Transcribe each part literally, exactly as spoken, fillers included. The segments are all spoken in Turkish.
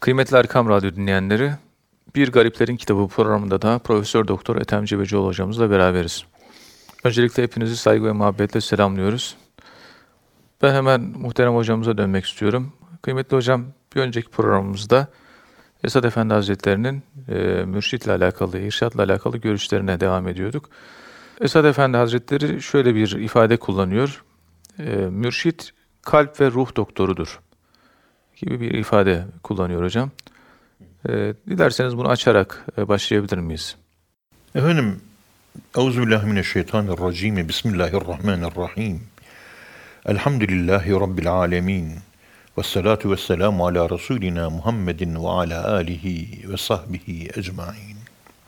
Kıymetli Erkam Radyo dinleyenleri, Bir Gariplerin Kitabı programında da Profesör Doktor Ethem Cebecioğlu hocamızla beraberiz. Öncelikle hepinizi saygı ve muhabbetle selamlıyoruz. Ben hemen muhterem hocamıza dönmek istiyorum. Kıymetli hocam, bir önceki programımızda Esad Efendi Hazretleri'nin e, mürşitle alakalı, irşatla alakalı görüşlerine devam ediyorduk. Esad Efendi Hazretleri şöyle bir ifade kullanıyor. E, mürşit kalp ve ruh doktorudur gibi bir ifade kullanıyor hocam. E, dilerseniz bunu açarak e, başlayabilir miyiz? Efendim, Euzubillahimineşşeytanirracim. Bismillahirrahmanirrahim. Elhamdülillahi Rabbil alemin. Vessalatu vesselamu ala Resulina Muhammedin ve ala alihi ve sahbihi ecmain.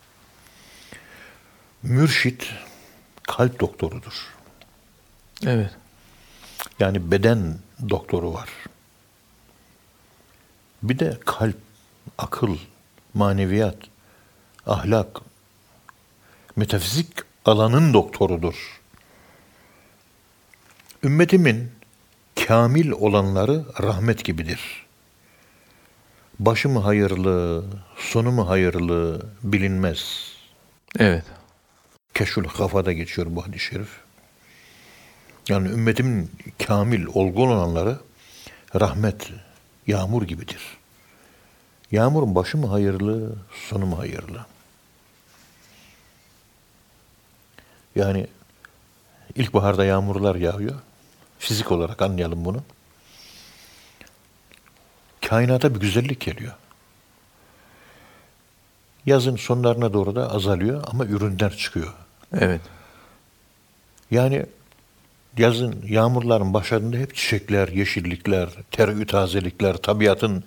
Mürşit kalp doktorudur. Evet. Yani beden doktoru var. Bir de kalp, akıl, maneviyat, ahlak, metafizik alanın doktorudur. Ümmetimin kamil olanları rahmet gibidir. Başı mı hayırlı, sonu mu hayırlı bilinmez. Evet. Keşfül Gafa'da geçiyor bu hadis-i şerif. Yani ümmetimin kamil, olgun olanları rahmet, yağmur gibidir. Yağmurun başı mı hayırlı, sonu mu hayırlı? Yani ilkbaharda yağmurlar yağıyor. Fizik olarak anlayalım bunu. Kainata bir güzellik geliyor. Yazın sonlarına doğru da azalıyor ama ürünler çıkıyor. Evet. Yani yazın, yağmurların başlarında hep çiçekler, yeşillikler, terü tazelikler, tabiatın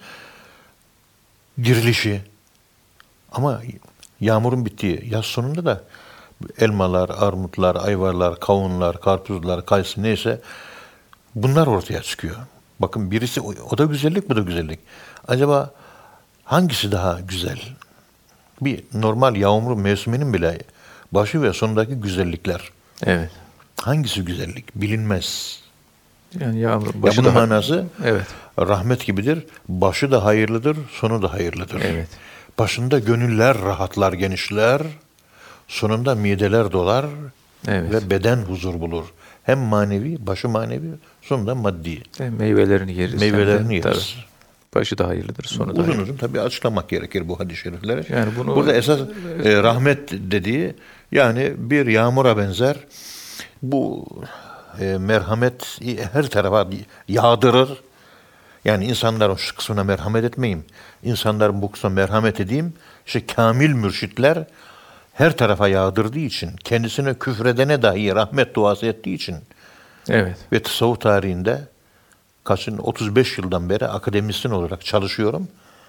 dirilişi. Ama yağmurun bittiği yaz sonunda da elmalar, armutlar, ayvalar, kavunlar, karpuzlar, kayısı neyse bunlar ortaya çıkıyor. Bakın birisi o da güzellik, bu da güzellik. Acaba hangisi daha güzel? Bir normal yağmur mevsiminin bile başı ve sonundaki güzellikler. Evet. Hangisi güzellik? Bilinmez. Yani yağmur başı ya bunun daha... manası evet. rahmet gibidir. Başı da hayırlıdır, sonu da hayırlıdır. Evet. Başında gönüller rahatlar, genişler. Sonunda mideler dolar. Evet. Ve beden huzur bulur. Hem manevi, başı manevi, sonunda maddi. E, meyvelerini yeriz. Meyvelerini yeriz. Tabii. Başı da hayırlıdır, sonu da uzun hayırlıdır. uzun tabii açıklamak gerekir bu hadis-i şerifleri. Yani bunu, burada esas e, rahmet dediği yani bir yağmura benzer. Bu e, merhamet her tarafa yağdırır. Yani insanların şu kısmına merhamet etmeyeyim. İnsanların bu kısmına merhamet edeyim. İşte kamil mürşitler her tarafa yağdırdığı için, kendisine küfredene dahi rahmet duası ettiği için. Evet. Ve tasavvuf tarihinde kaçın otuz beş yıldan beri akademisyen olarak çalışıyorum.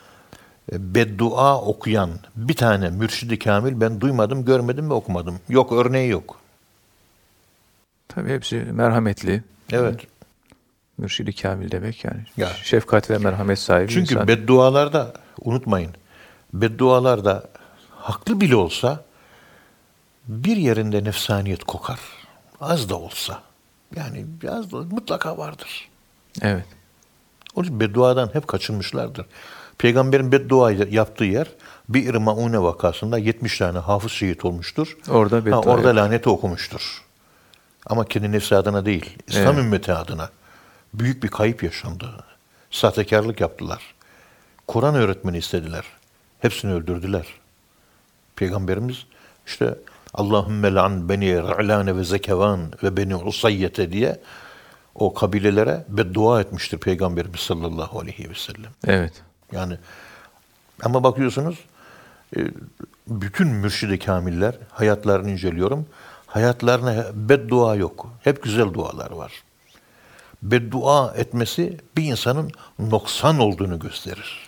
Beddua okuyan bir tane mürşid-i kamil ben duymadım, görmedim ve okumadım. Yok, örneği yok. Tabii hepsi merhametli. Evet. Mürşid-i kamil demek yani. Ya. Şefkat ve merhamet sahibi Çünkü insan. beddualarda unutmayın. Beddualarda haklı bile olsa bir yerinde nefsaniyet kokar. Az da olsa. Yani az da mutlaka vardır. Evet. Onun için bedduadan hep kaçınmışlardır. Peygamberin beddua yaptığı yer Bir-i Maune vakasında yetmiş tane hafız şehit olmuştur. Orada beddua. Ha, orada laneti okumuştur. Ama kendi nefsi adına değil, İslam evet. ümmeti adına. Büyük bir kayıp yaşandı. Sahtekarlık yaptılar. Kur'an öğretmeni istediler. Hepsini öldürdüler. Peygamberimiz işte Allahümme lan beni Ra'lane ve Zekevan ve beni Usayyete diye o kabilelere beddua etmiştir Peygamberimiz sallallahu aleyhi ve sellem. Evet. Yani ama bakıyorsunuz bütün mürşid-i kamiller hayatlarını inceliyorum. Hayatlarına beddua yok. Hep güzel dualar var. Beddua etmesi bir insanın noksan olduğunu gösterir.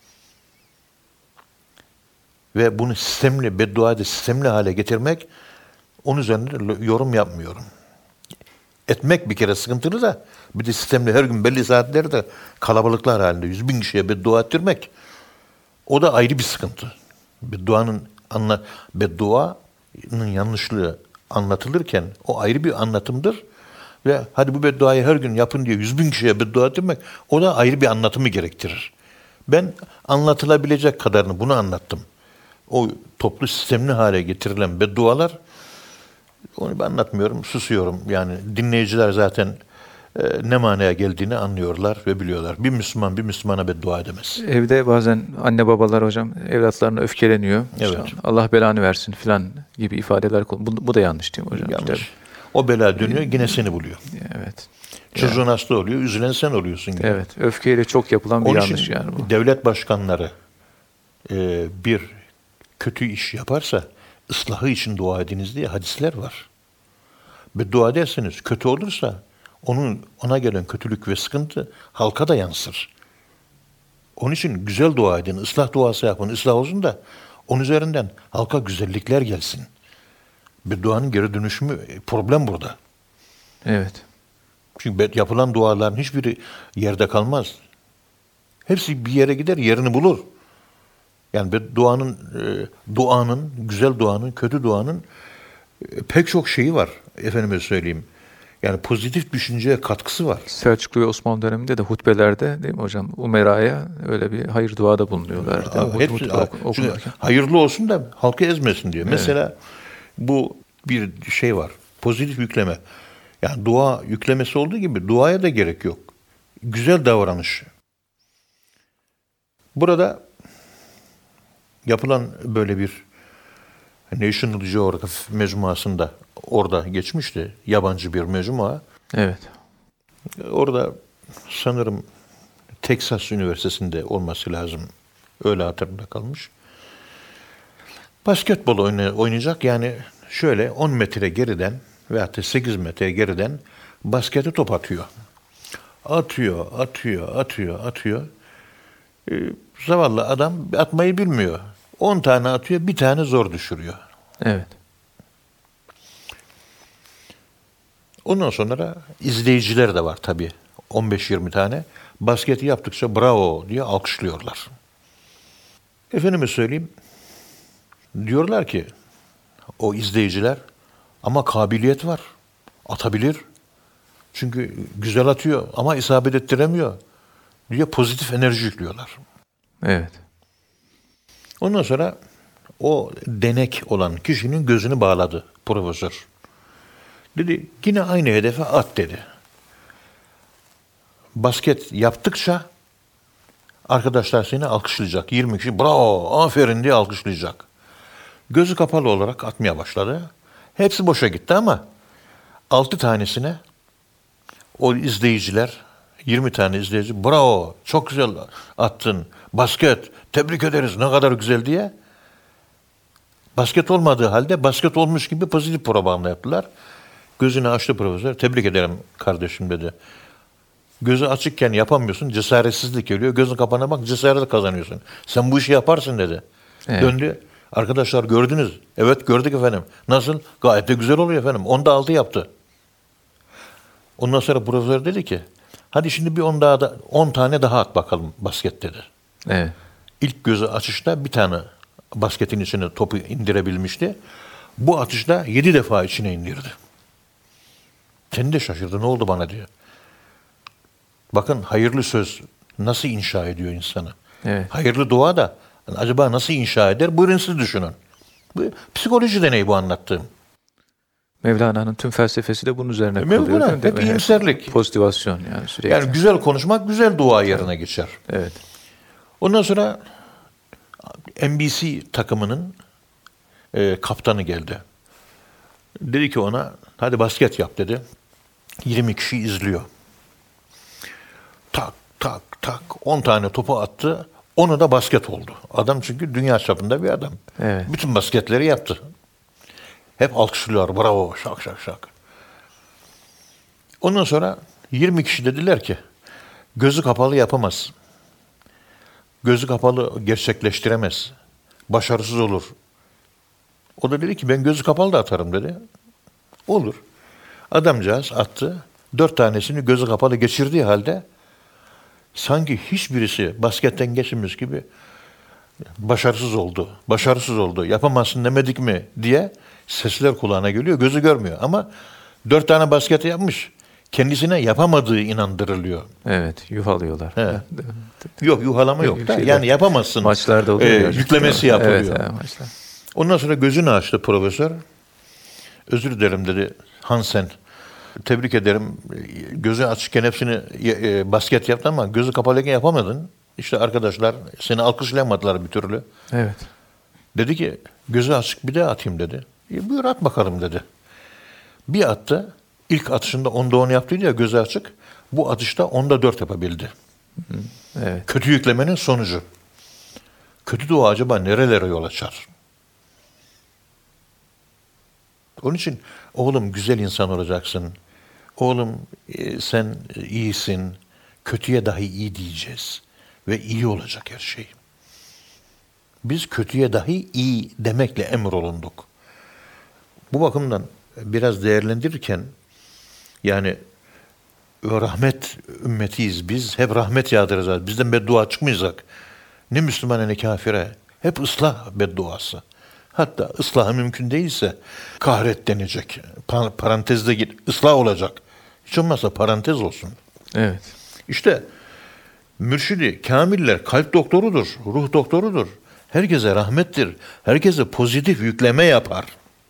Ve bunu sistemli, bedduayı da sistemli hale getirmek, onun üzerinde yorum yapmıyorum. Etmek bir kere sıkıntılı da, bir de sistemli her gün belli saatlerde kalabalıklar halinde yüz bin kişiye beddua ettirmek, o da ayrı bir sıkıntı. Bedduanın, anla, bedduanın yanlışlığı anlatılırken o ayrı bir anlatımdır. Ve hadi bu bedduayı her gün yapın diye yüz bin kişiye beddua ettirmek, o da ayrı bir anlatımı gerektirir. Ben anlatılabilecek kadarını bunu anlattım. O toplu sistemli hale getirilen beddualar, onu ben anlatmıyorum, susuyorum. Yani dinleyiciler zaten e, ne manaya geldiğini anlıyorlar ve biliyorlar. Bir Müslüman bir Müslümana beddua edemez. Evde bazen anne babalar hocam evlatlarına öfkeleniyor. Evet. İşte Allah belanı versin filan gibi ifadeler kullan- bu, bu da yanlış değil mi hocam? Yanlış. İşte- O bela dönüyor, yine seni buluyor. evet. Çocuğun hasta oluyor, üzülen sen oluyorsun. Yine. Evet. Öfkeyle çok yapılan bir Onun yanlış için yani bu. devlet başkanları e, bir kötü iş yaparsa ıslahı için dua ediniz diye hadisler var. Beddua ederseniz kötü olursa onun ona gelen kötülük ve sıkıntı halka da yansır. Onun için güzel dua edin, ıslah duası yapın, ıslah olsun da onun üzerinden halka güzellikler gelsin. Bedduanın geri dönüşümü problem burada. Evet. Çünkü yapılan duaların hiçbiri yerde kalmaz. Hepsi bir yere gider, yerini bulur. Yani duanın, e, duanın, güzel duanın, kötü duanın e, pek çok şeyi var. Efendime söyleyeyim. Yani pozitif düşünceye katkısı var. Selçuklu ve Osmanlı döneminde de hutbelerde değil mi hocam? Umera'ya öyle bir hayır duada bulunuyorlar. Değil mi? Hepsi, Hutbe oku- çünkü okunurken. hayırlı olsun da halkı ezmesin diyor. Evet. Mesela bu bir şey var. Pozitif yükleme. Yani dua yüklemesi olduğu gibi duaya da gerek yok. Güzel davranış. Burada yapılan böyle bir National Geographic mecmuasında orada geçmişti. Yabancı bir mecmua. Evet. Orada sanırım Texas Üniversitesi'nde olması lazım. Öyle hatırımda kalmış. Basketbol oynayacak, yani şöyle on metre geriden veyahut da sekiz metre geriden basketi top atıyor. Atıyor, atıyor, atıyor, atıyor. Ee, zavallı adam atmayı bilmiyor. on tane atıyor, bir tane zor düşürüyor. Evet. Ondan sonra izleyiciler de var tabii. on beş yirmi tane. Basketi yaptıkça bravo diye alkışlıyorlar. Efendime söyleyeyim, diyorlar ki o izleyiciler, ama kabiliyet var. Atabilir. Çünkü güzel atıyor ama isabet ettiremiyor diye pozitif enerji yüklüyorlar. Evet. Ondan sonra o denek olan kişinin gözünü bağladı profesör. Dedi yine aynı hedefe at dedi. Basket yaptıkça arkadaşlar seni alkışlayacak. yirmi kişi bravo, aferin diye alkışlayacak. Gözü kapalı olarak atmaya başladı. Hepsi boşa gitti ama altı tanesine o izleyiciler, yirmi tane izleyici bravo, çok güzel attın, basket, tebrik ederiz, ne kadar güzel diye basket olmadığı halde basket olmuş gibi pozitif propaganda yaptılar. Gözünü açtı profesör, tebrik ederim kardeşim dedi. Gözü açıkken yapamıyorsun, cesaretsizlik geliyor. Gözün kapana bak, cesaret kazanıyorsun. Sen bu işi yaparsın dedi. Evet. Döndü. Arkadaşlar gördünüz. Evet gördük efendim. Nasıl? Gayet de güzel oluyor efendim. Onda altı yaptı. Ondan sonra profesör dedi ki, hadi şimdi bir on daha da on tane daha at bakalım basket dedi. Evet. İlk gözü açışta bir tane basketin içine topu indirebilmişti. Bu atışta yedi defa içine indirdi. Kendi de şaşırdı. Ne oldu bana diyor. Bakın hayırlı söz nasıl inşa ediyor insanı. Evet. Hayırlı dua da acaba nasıl inşa eder? Buyurun siz düşünün. Bu psikoloji deneyi bu anlattığım. Mevlana'nın tüm felsefesi de bunun üzerine E, kuruluyor. Mevlana, hep iyimserlik. Pozitivasyon yani sürekli. Yani güzel konuşmak güzel dua yerine geçer. Evet. Ondan sonra N B C takımının e, kaptanı geldi. Dedi ki ona hadi basket yap dedi. yirmi kişi izliyor. Tak tak tak on tane topu attı. Onu da basket oldu. Adam çünkü dünya çapında bir adam. Evet. Bütün basketleri yaptı. Hep alkışlıyorlar. Bravo şak şak şak. Ondan sonra yirmi kişi dediler ki gözü kapalı yapamaz. Gözü kapalı gerçekleştiremez. Başarısız olur. O da dedi ki ben gözü kapalı da atarım dedi. Olur. Adamcağız attı. Dört tanesini gözü kapalı geçirdiği halde sanki hiçbirisi basketten geçmiş gibi başarısız oldu. Başarısız oldu. Yapamazsın demedik mi diye sesler kulağına geliyor. Gözü görmüyor ama dört tane basket yapmış. kendisine yapamadığı inandırılıyor. Evet, yuhalıyorlar. He. Yok, yuhalama yok da. Yani yapamazsın. Maçlarda oluyor. Ee, ya. yüklemesi yapılıyor. Evet, evet, maçlar. Ondan sonra gözünü açtı profesör. Özür dilerim dedi Hansen. Tebrik ederim. Gözü açıkken hepsini e, basket yaptın ama gözü kapalıyken yapamadın. İşte arkadaşlar seni alkışlayamadılar bir türlü. Evet. Dedi ki gözü açık bir de atayım dedi. E, buyur at bakalım dedi. Bir attı. İlk atışında onda on yaptıydı ya gözü açık. Bu atışta onda dört yapabildi. Evet. Kötü yüklemenin sonucu. Kötü dua acaba nerelere yol açar? Onun için oğlum güzel insan olacaksın. Oğlum e, sen iyisin. Kötüye dahi iyi diyeceğiz. Ve iyi olacak her şey. Biz kötüye dahi iyi demekle emrolunduk. Bu bakımdan biraz değerlendirirken yani rahmet ümmetiyiz biz. Hep rahmet yağdıracağız. Bizden beddua çıkmayacak. Ne Müslümana ne kafire. Hep ıslah bedduası. Hatta ıslahı mümkün değilse kahret denecek. Pa- parantezde git. Islah olacak. Hiç olmazsa parantez olsun. Evet. İşte mürşidi, kamiller kalp doktorudur, ruh doktorudur. Herkese rahmettir. Herkese pozitif yükleme yapar.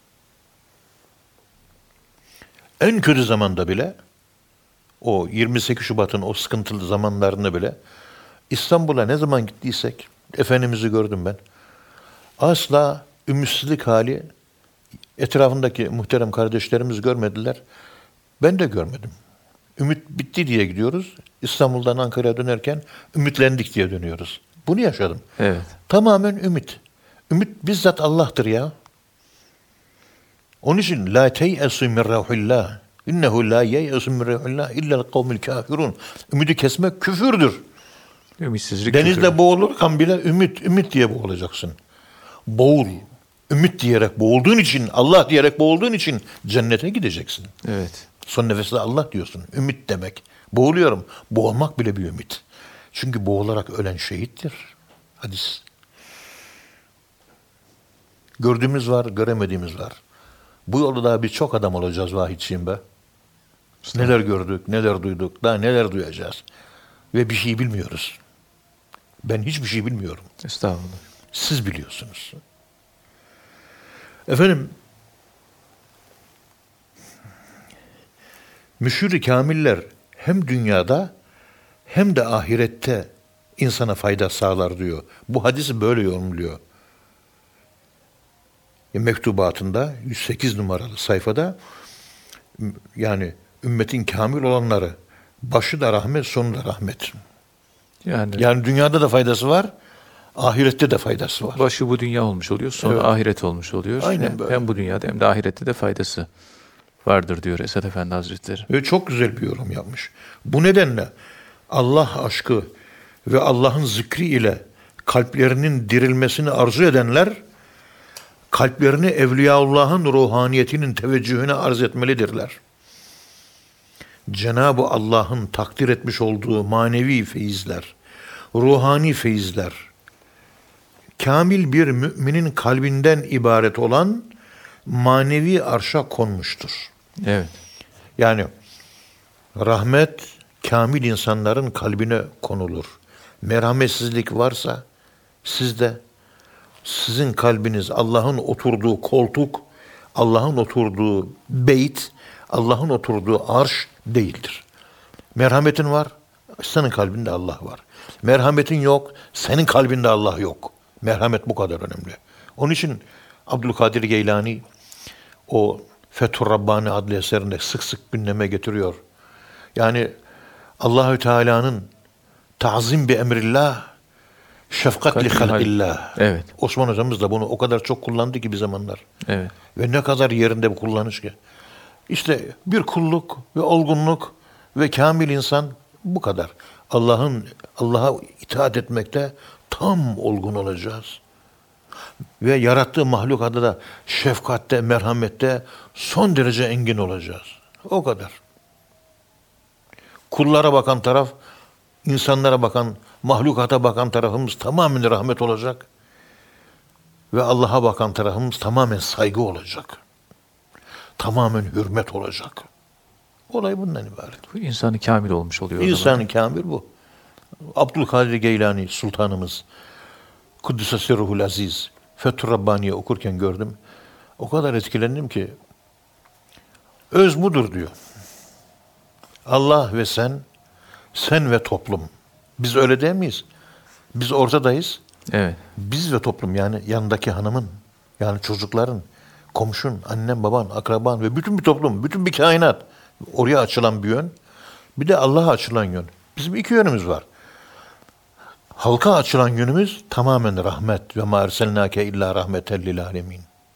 En kötü zamanda bile o yirmi sekiz Şubat'ın o sıkıntılı zamanlarında bile İstanbul'a ne zaman gittiysek Efendimiz'i gördüm ben. Asla ümitsizlik hali etrafındaki muhterem kardeşlerimiz görmediler. Ben de görmedim. Ümit bitti diye gidiyoruz. İstanbul'dan Ankara'ya dönerken ümitlendik diye dönüyoruz. Bunu yaşadım. Evet. Tamamen ümit. Ümit bizzat Allah'tır ya. Onun için la teyesu min rahillah. İnnehu la yeyesu min rahillah illa'l kavmil kafirun. Ümidi kesmek küfürdür. Ümitsizlik. Denizde küfür. boğulurken bile ümit, ümit diye boğulacaksın. Boğul. Ümit diyerek boğulduğun için, Allah diyerek boğulduğun için cennete gideceksin. Evet. Son nefeste Allah diyorsun. Ümit demek. Boğuluyorum. Boğulmak bile bir ümit. Çünkü boğularak ölen şehittir. Hadis. Gördüğümüz var, göremediğimiz var. Bu yolda daha birçok adam olacağız vahidçiyim be. Neler gördük, neler duyduk, daha neler duyacağız. Ve bir şey bilmiyoruz. Ben hiçbir şey bilmiyorum. Estağfurullah. Siz biliyorsunuz. Efendim, müşir-i kamiller hem dünyada hem de ahirette insana fayda sağlar diyor. Bu hadisi böyle yorumluyor. E, mektubatında yüz sekiz numaralı sayfada yani ümmetin kamil olanları başı da rahmet, sonu da rahmet. Yani, Yani dünyada da faydası var, ahirette de faydası var. başı bu dünya olmuş oluyor, sonu Evet. ahiret olmuş oluyor. Aynen hem, böyle. hem bu dünyada hem de ahirette de faydası vardır diyor Esad Efendi Hazretleri. Ve çok güzel bir yorum yapmış. Bu nedenle Allah aşkı ve Allah'ın zikri ile kalplerinin dirilmesini arzu edenler kalplerini Evliyaullah'ın ruhaniyetinin teveccühüne arz etmelidirler. Cenab-ı Allah'ın takdir etmiş olduğu manevi feyizler, ruhani feyizler, kamil bir müminin kalbinden ibaret olan manevi arşa konmuştur. Evet. Yani rahmet kamil insanların kalbine konulur. Merhametsizlik varsa sizde, sizin kalbiniz Allah'ın oturduğu koltuk, Allah'ın oturduğu beyt, Allah'ın oturduğu arş değildir. Merhametin var, senin kalbinde Allah var. Merhametin yok, senin kalbinde Allah yok. Merhamet bu kadar önemli. Onun için Abdülkadir Geylani o Fethur Rabbani adlı eserinde sık sık gündeme getiriyor. Yani Allahü Teala'nın tazim bi emrillah, şefkat li halqillah. Evet. Osman hocamız da bunu o kadar çok kullandı ki bir zamanlar. Evet. Ve ne kadar yerinde bir kullanış ki. İşte bir kulluk ve olgunluk ve kamil insan bu kadar. Allah'ın Allah'a itaat etmekte tam olgun olacağız. Ve yarattığı mahlukata da şefkatte, merhamette son derece engin olacağız. O kadar. Kullara bakan taraf, insanlara bakan, mahlukata bakan tarafımız tamamen rahmet olacak. Ve Allah'a bakan tarafımız tamamen saygı olacak. Tamamen hürmet olacak. Olay bundan ibaret. Bu insanı kamil olmuş oluyor. İnsan-ı kamil bu. Abdülkadir Geylani Sultanımız, Kuddise Sirruhul Aziz, Fethur Rabbani'yi okurken gördüm. O kadar etkilendim ki, öz budur diyor. Allah ve sen, sen ve toplum. Biz öyle değil miyiz? Biz ortadayız. Evet. Biz ve toplum, yani yanındaki hanımın, yani çocukların, komşun, annen, baban, akraban ve bütün bir toplum, bütün bir kainat. Oraya açılan bir yön. Bir de Allah'a açılan yön. Bizim iki yönümüz var. Halka açılan yönümüz tamamen rahmet. Ve ma erselnâke illâ rahmeten lil âlemin.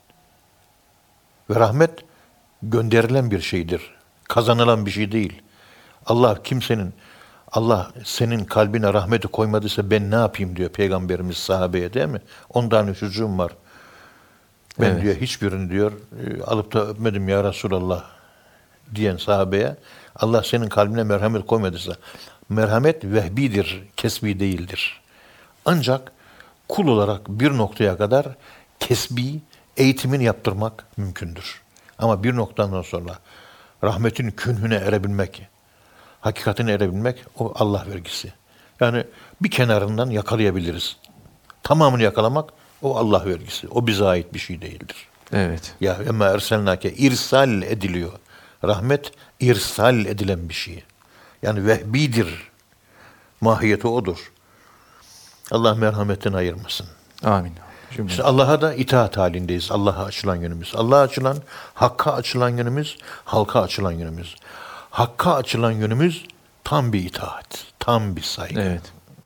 Ve rahmet gönderilen bir şeydir. Kazanılan bir şey değil. Allah kimsenin, Allah senin kalbine rahmeti koymadıysa ben ne yapayım diyor Peygamberimiz sahabeye, değil mi? On tane çocuğum var. Ben Evet. diyor hiçbirini diyor alıp da öpmedim ya Resulallah diyen sahabeye, Allah senin kalbine merhamet koymadıysa, merhamet vehbidir, kesbi değildir. Ancak kul olarak bir noktaya kadar kesbi eğitimini yaptırmak mümkündür. Ama bir noktadan sonra rahmetin künhüne erebilmek, hakikatine erebilmek o Allah vergisi. Yani bir kenarından yakalayabiliriz. Tamamını yakalamak o Allah vergisi. O bize ait bir şey değildir. Evet. Ya ema erselnake irsal ediliyor. Rahmet irsal edilen bir şey. Yani vehbidir. Mahiyeti odur. Allah merhametten ayırmasın. Amin. Cümle. İşte Allah'a da itaat halindeyiz. Allah'a açılan yönümüz. Allah'a açılan, Hakk'a açılan yönümüz, halka açılan yönümüz. Hakk'a açılan yönümüz tam bir itaat, tam bir saygı. Evet.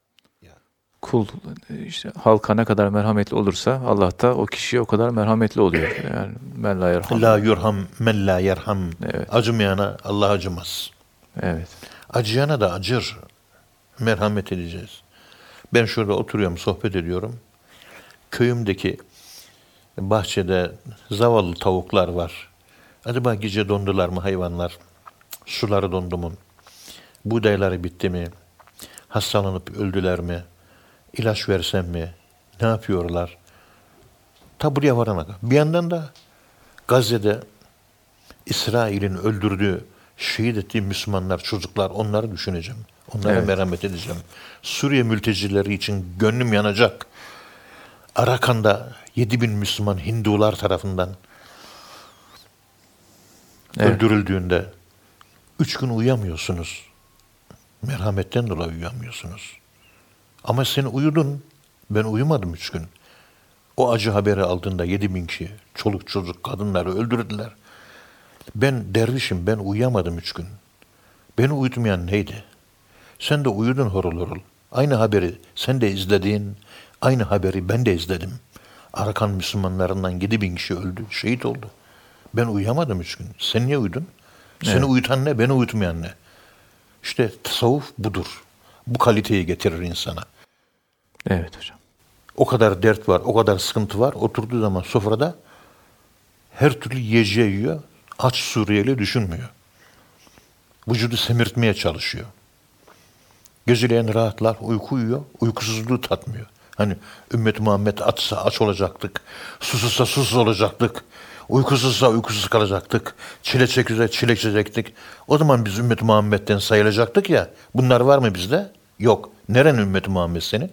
Kul işte halka ne kadar merhametli olursa Allah da o kişiye o kadar merhametli oluyor. Yani men la yerham. La yurham men la yerham. Evet. Acımayana Allah acımaz. Evet. Acıyana da acır. Merhamet edeceğiz. Ben şurada oturuyorum, sohbet ediyorum. Köyümdeki bahçede zavallı tavuklar var. Acaba gece dondular mı hayvanlar? Suları dondu mu? Buğdayları bitti mi? Hastalanıp öldüler mi? İlaç versem mi? Ne yapıyorlar? Ta buraya varana kadar. Bir yandan da Gazze'de İsrail'in öldürdüğü, şehit ettiği Müslümanlar, çocuklar, onları düşüneceğim. Onlara Evet. merhamet edeceğim. Suriye mültecileri için gönlüm yanacak. Arakan'da yedi bin Müslüman Hindular tarafından Evet. öldürüldüğünde üç gün uyuyamıyorsunuz. Merhametten dolayı uyuyamıyorsunuz. Ama sen uyudun. Ben uyumadım üç gün. O acı haberi aldığında yedi bin kişi, çoluk çocuk, kadınları öldürdüler. Ben dervişim, ben uyuyamadım üç gün. Beni uyutmayan neydi? Sen de uyudun horul horul. Aynı haberi sen de izledin, aynı haberi ben de izledim. Arakan Müslümanlarından yedi bin kişi öldü, şehit oldu. Ben uyuyamadım üç gün. Sen niye uyudun? Seni Evet. uyutan ne, beni uyutmayan ne? İşte tasavvuf budur. Bu kaliteyi getirir insana. Evet hocam. O kadar dert var, o kadar sıkıntı var. Oturduğu zaman sofrada her türlü yiyeceği yiyor. Aç Suriyeli düşünmüyor. Vücudu semirtmeye çalışıyor. Geceleyen rahatlar, uyku uyuyor, uykusuzluğu tatmıyor. Hani ümmet Muhammed açsa aç olacaktık, susuzsa susuz olacaktık, uykusuzsa uykusuz kalacaktık, çile çekirse çile çekecektik. O zaman biz ümmet Muhammed'den sayılacaktık ya. Bunlar var mı bizde? Yok. Neren ümmet Muhammed senin?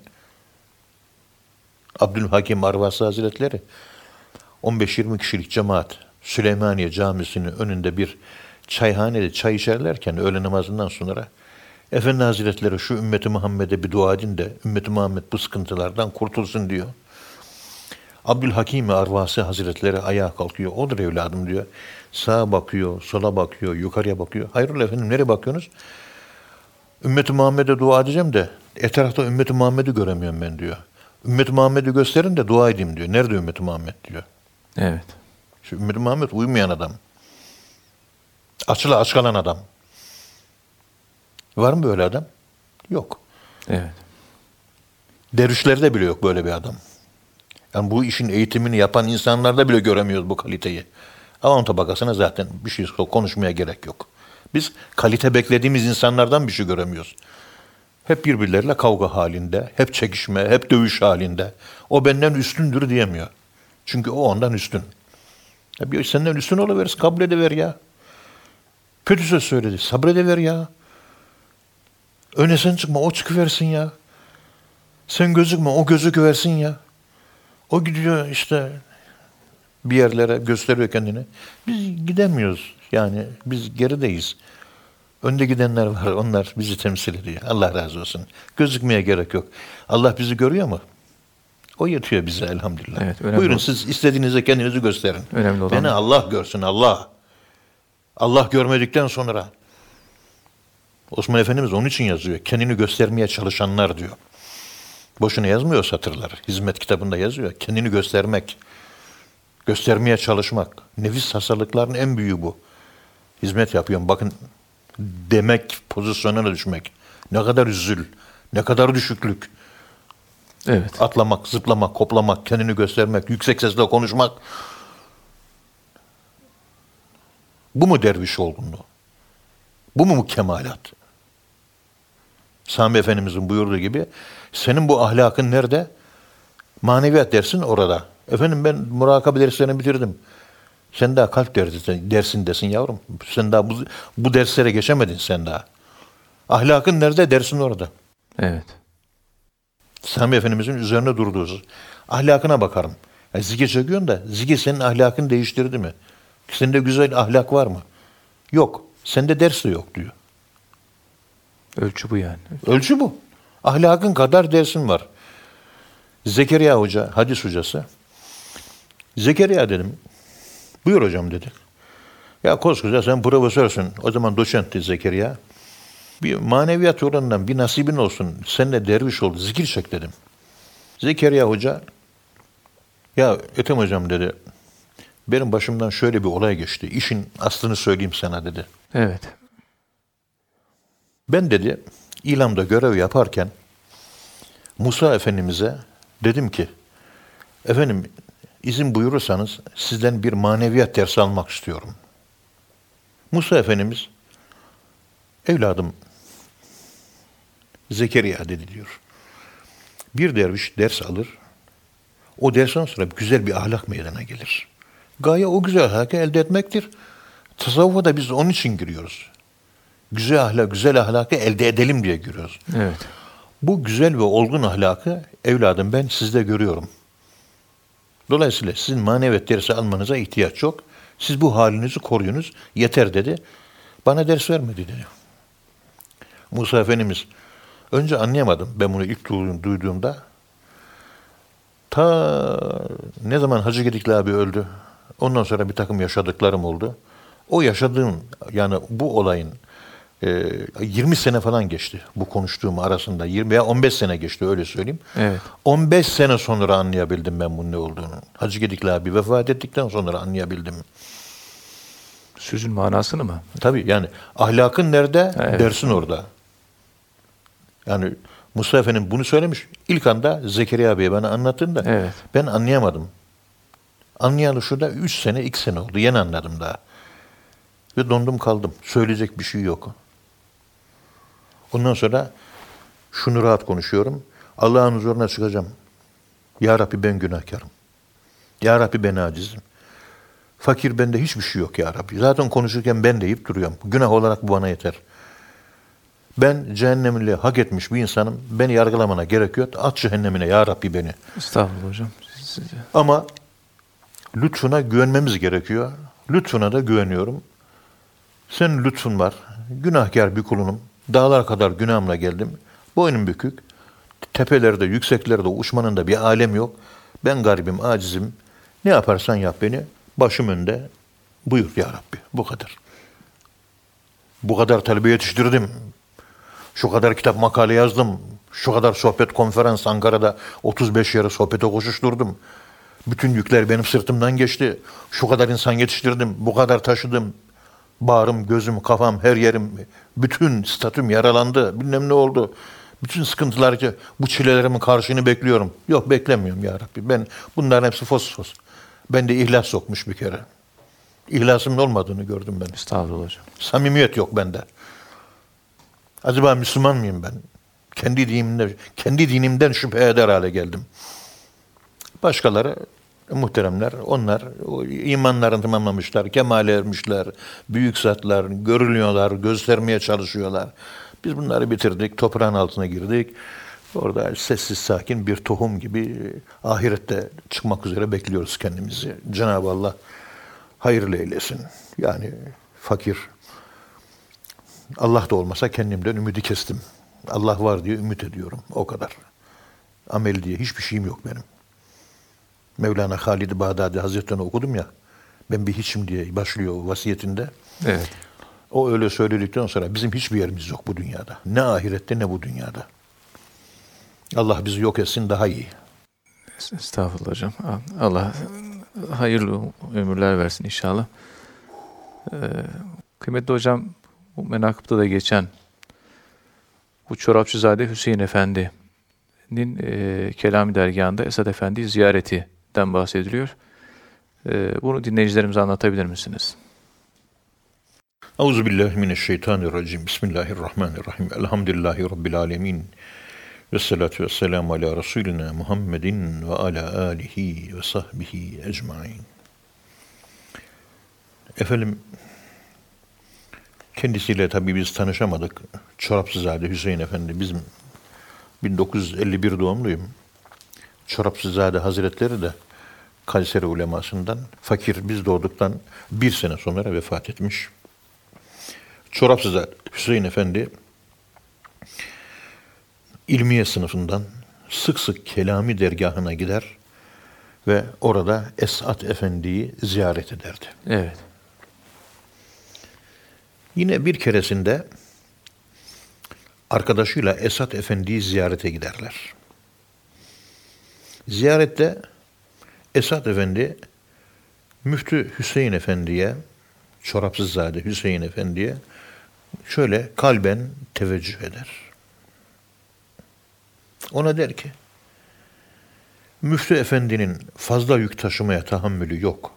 Abdülhakim Arvasi Hazretleri on beş yirmi kişilik cemaat Süleymaniye Camisi'nin önünde bir çayhanede çay içerlerken öğle namazından sonra Efendi Hazretleri şu ümmeti Muhammed'e bir dua edin de ümmeti Muhammed bu sıkıntılardan kurtulsun diyor. Abdülhakim Arvasi Hazretleri ayağa kalkıyor. Odur evladım diyor. Sağa bakıyor, sola bakıyor, yukarıya bakıyor. Hayrola efendim nereye bakıyorsunuz? Ümmeti Muhammed'e dua edeceğim de etrafta ümmeti Muhammed'i göremiyorum ben diyor. Ümmeti Muhammed'i gösterin de dua edeyim diyor. Nerede ümmeti Muhammed diyor. Evet. Şu ümmeti Muhammed uyumayan adam. Açıla aç kalan adam. Var mı böyle adam? Yok. Evet. Dervişlerde bile yok böyle bir adam. Yani bu işin eğitimini yapan insanlarda bile göremiyoruz bu kaliteyi. Avam tabakasına zaten bir şey konuşmaya gerek yok. Biz kalite beklediğimiz insanlardan bir şey göremiyoruz. Hep birbirleriyle kavga halinde, hep çekişme, hep dövüş halinde. O benden üstündür diyemiyor. Çünkü o ondan üstün. Ya bir senden üstün oluveririz, kabul ediver ya. Kötü söz söyledi. Sabrediver ya. Öne sen çıkma, o çıkıversin ya. Sen gözükme, o gözüküversin ya. O gidiyor işte bir yerlere, gösteriyor kendini. Biz gidemiyoruz yani. Biz gerideyiz. Önde gidenler var. Onlar bizi temsil ediyor. Allah razı olsun. Gözükmeye gerek yok. Allah bizi görüyor mu? O yetiyor bize elhamdülillah. Evet, önemli Buyurun olan- siz istediğinizde kendinizi gösterin. Önemli olan- Beni Allah görsün, Allah. Allah görmedikten sonra Osman Efendimiz onun için yazıyor. Kendini göstermeye çalışanlar diyor. Boşuna yazmıyor satırlar. Hizmet kitabında yazıyor. Kendini göstermek, göstermeye çalışmak. Nefis hastalıklarının en büyüğü bu. Hizmet yapıyorum. Bakın demek pozisyonuna düşmek. Ne kadar üzül, ne kadar düşüklük. Evet. Atlamak, zıplamak, koplamak, kendini göstermek, yüksek sesle konuşmak. Bu mu derviş olgunluğu? Bu mu kemalat? Sami Efendimizin buyurduğu gibi senin bu ahlakın nerede? Maneviyat dersin orada. Efendim ben murakabe derslerini bitirdim. Sen daha kalp dersi, dersindesin yavrum. Sen daha bu, bu derslere geçemedin sen daha. Ahlakın nerede? Dersin orada. Evet. Sami Efendimizin üzerine durduğu ahlakına bakarım. Yani zikir çekiyorsun da zikir senin ahlakını değiştirdi mi? Sende güzel ahlak var mı? Yok. Sende ders de yok diyor. Ölçü bu yani. Ölçü bu. Ahlakın kadar dersin var. Zekeriya Hoca, hadis hocası. Zekeriya dedim. Buyur hocam dedi. Ya koskoca sen profesörsün. O zaman doçentti Zekeriya. Bir maneviyat yolundan bir nasibin olsun. Sen de derviş ol. Zikir çek dedim. Zekeriya Hoca ya Ethem hocam dedi. Benim başımdan şöyle bir olay geçti. İşin aslını söyleyeyim sana dedi. Evet. Ben dedi İlam'da görev yaparken Musa Efendimiz'e dedim ki efendim izin buyurursanız sizden bir maneviyat dersi almak istiyorum. Musa Efendimiz evladım Zekeriya dedi diyor. Bir derviş ders alır. O dersten sonra güzel bir ahlak meydana gelir. Gaye o güzel ahlakı elde etmektir. Tasavvufa da biz onun için giriyoruz. Güzel ahlak, güzel ahlakı elde edelim diye giriyoruz. Evet. Bu güzel ve olgun ahlakı evladım ben sizde görüyorum. Dolayısıyla sizin maneviyat dersi almanıza ihtiyaç yok. Siz bu halinizi koruyunuz. Yeter dedi. Bana ders vermedi dedi. Musa Efendimiz önce anlayamadım ben bunu ilk duyduğumda. Ta ne zaman Hacı Gedikli abi öldü. Ondan sonra bir takım yaşadıklarım oldu. O yaşadığım yani bu olayın e, yirmi sene falan geçti bu konuştuğum arasında. yirmi veya on beş sene geçti öyle söyleyeyim. Evet. on beş sene sonra anlayabildim ben bunun ne olduğunu. Hacı Gedikli abi vefat ettikten sonra anlayabildim. Sözün manasını mı? Tabii yani ahlakın nerede? Evet. Dersin orada. Yani Musa Efendi bunu söylemiş. İlk anda Zekeriya abiye bana anlattığında Evet. ben anlayamadım. Anlayalı şurada üç sene, iki sene oldu. Yeni anladım daha. Ve dondum kaldım. Söyleyecek bir şey yok. Ondan sonra şunu rahat konuşuyorum. Allah'ın huzuruna çıkacağım. Ya Rabbi ben günahkarım. Ya Rabbi ben acizim. Fakir bende hiçbir şey yok ya Rabbi. Zaten konuşurken ben deyip duruyorum. Günah olarak bu bana yeter. Ben cehennemli hak etmiş bir insanım. Beni yargılamana gerek yok. At cehennemine ya Rabbi beni. Estağfurullah hocam. Siz- Ama lütfuna güvenmemiz gerekiyor. Lütfuna da güveniyorum. Senin lütfun var. Günahkar bir kulunum. Dağlar kadar günahımla geldim. Boynum bükük. Tepelerde, yükseklerde uçmanın da bir alem yok. Ben garibim, acizim. Ne yaparsan yap beni. Başım önde. Buyur ya Rabbi. Bu kadar. Bu kadar talebe yetiştirdim. Şu kadar kitap makale yazdım. Şu kadar sohbet konferans Ankara'da otuz beş yere sohbete koşuşturdum. Bütün yükler benim sırtımdan geçti. Şu kadar insan yetiştirdim. Bu kadar taşıdım. Bağrım, gözüm, kafam, her yerim, bütün statüm yaralandı. Bilmem ne oldu. Bütün sıkıntılar ki bu çilelerimin karşını bekliyorum. Yok beklemiyorum ya Rabbi. Ben bunların hepsi fosfos. Bende ihlas sokmuş bir kere. İhlasımın olmadığını gördüm ben. Estağfurullah hocam. Samimiyet yok bende. Acaba Müslüman mıyım ben? Kendi dinimden, kendi dinimden şüphe eder hale geldim. Başkaları Muhteremler, onlar o imanlarını tamamlamışlar, kemale ermişler, büyük zatlar, görülüyorlar, göstermeye çalışıyorlar. Biz bunları bitirdik, toprağın altına girdik. Orada sessiz sakin bir tohum gibi ahirette çıkmak üzere bekliyoruz kendimizi. Cenab-ı Allah hayırlı eylesin. Yani fakir. Allah da olmasa kendimden ümidi kestim. Allah var diye ümit ediyorum. O kadar. Amel diye hiçbir şeyim yok benim. Mevlana Halid-i Bağdadi Hazretleri'ni okudum ya. Ben bir hiçim diye başlıyor o vasiyetinde. Evet. O öyle söyledikten sonra bizim hiçbir yerimiz yok bu dünyada. Ne ahirette ne bu dünyada. Allah bizi yok etsin daha iyi. Estağfurullah hocam. Allah hayırlı ömürler versin inşallah. Ee, kıymetli hocam, bu menakıpta da geçen bu Çorapçızade Hüseyin Efendi'nin e, Kelami dergahında Esad Efendi'yi ziyaretinden bahsediliyor. E, bunu dinleyicilerimize anlatabilir misiniz? Euzubillahimineşşeytanirracim. Bismillahirrahmanirrahim. Elhamdülillahi Rabbil alemin. Ve salatu ve selamu ala Resulina Muhammedin ve ala alihi ve sahbihi ecmain. Efendim, kendisiyle tabii biz tanışamadık. Çorapsızade Hüseyin Efendi, bizim bin dokuz yüz elli bir doğumluyum. Çorapsızade Hazretleri de Kayseri ulemasından, fakir, biz doğduktan bir sene sonra vefat etmiş. Çorapsızade Hüseyin Efendi, İlmiye sınıfından sık sık Kelami dergahına gider ve orada Esad Efendi'yi ziyaret ederdi. Evet. Yine bir keresinde arkadaşıyla Esad Efendi'yi ziyarete giderler. Ziyarette Esad Efendi Müftü Hüseyin Efendi'ye, Çorapsızade Hüseyin Efendi'ye şöyle kalben teveccüh eder. Ona der ki, Müftü Efendi'nin fazla yük taşımaya tahammülü yok.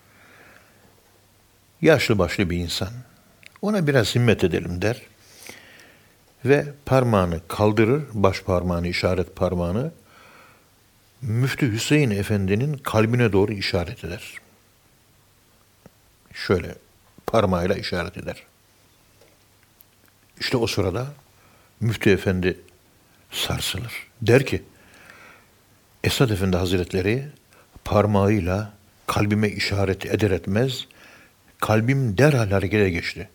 Yaşlı başlı bir insan. Ona biraz himmet edelim der. Ve parmağını kaldırır, baş parmağını, işaret parmağını, Müftü Hüseyin Efendi'nin kalbine doğru işaret eder. Şöyle parmağıyla işaret eder. İşte o sırada Müftü Efendi sarsılır. Der ki, Esad Efendi Hazretleri parmağıyla kalbime işaret eder etmez, kalbim derhal harekete geçti.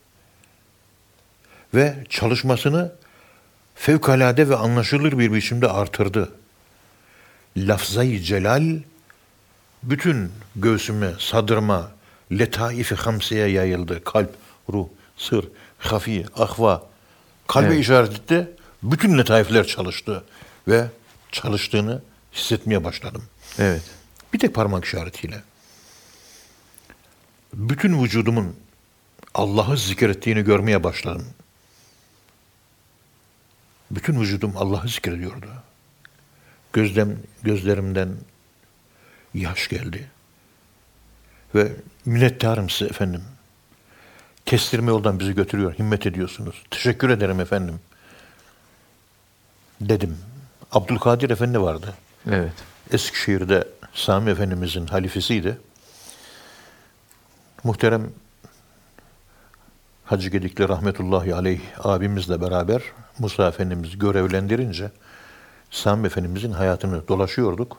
Ve çalışmasını fevkalade ve anlaşılır bir biçimde artırdı. Lafzayı celal bütün göğsüme, sadırma, letaif-i hamseye yayıldı. Kalp, ruh, sır, hafi, ahva. Kalbe evet. işaret etti. Bütün letaifler çalıştı. Ve çalıştığını hissetmeye başladım. Evet. Bir tek parmak işaretiyle. Bütün vücudumun Allah'ı zikrettiğini görmeye başladım. Bütün vücudum Allah'ı zikrediyordu. Gözlem, gözlerimden yaş geldi. Ve minnettarım size efendim. Kestirme yoldan bizi götürüyor, himmet ediyorsunuz. Teşekkür ederim efendim. Dedim. Abdülkadir Efendi vardı. Evet. Eskişehir'de Sami Efendimizin halifesiydi. Muhterem Hacı Gedikli rahmetullahi aleyh abimizle beraber Musa Efendimiz görevlendirince Sami Efendimizin hayatını dolaşıyorduk.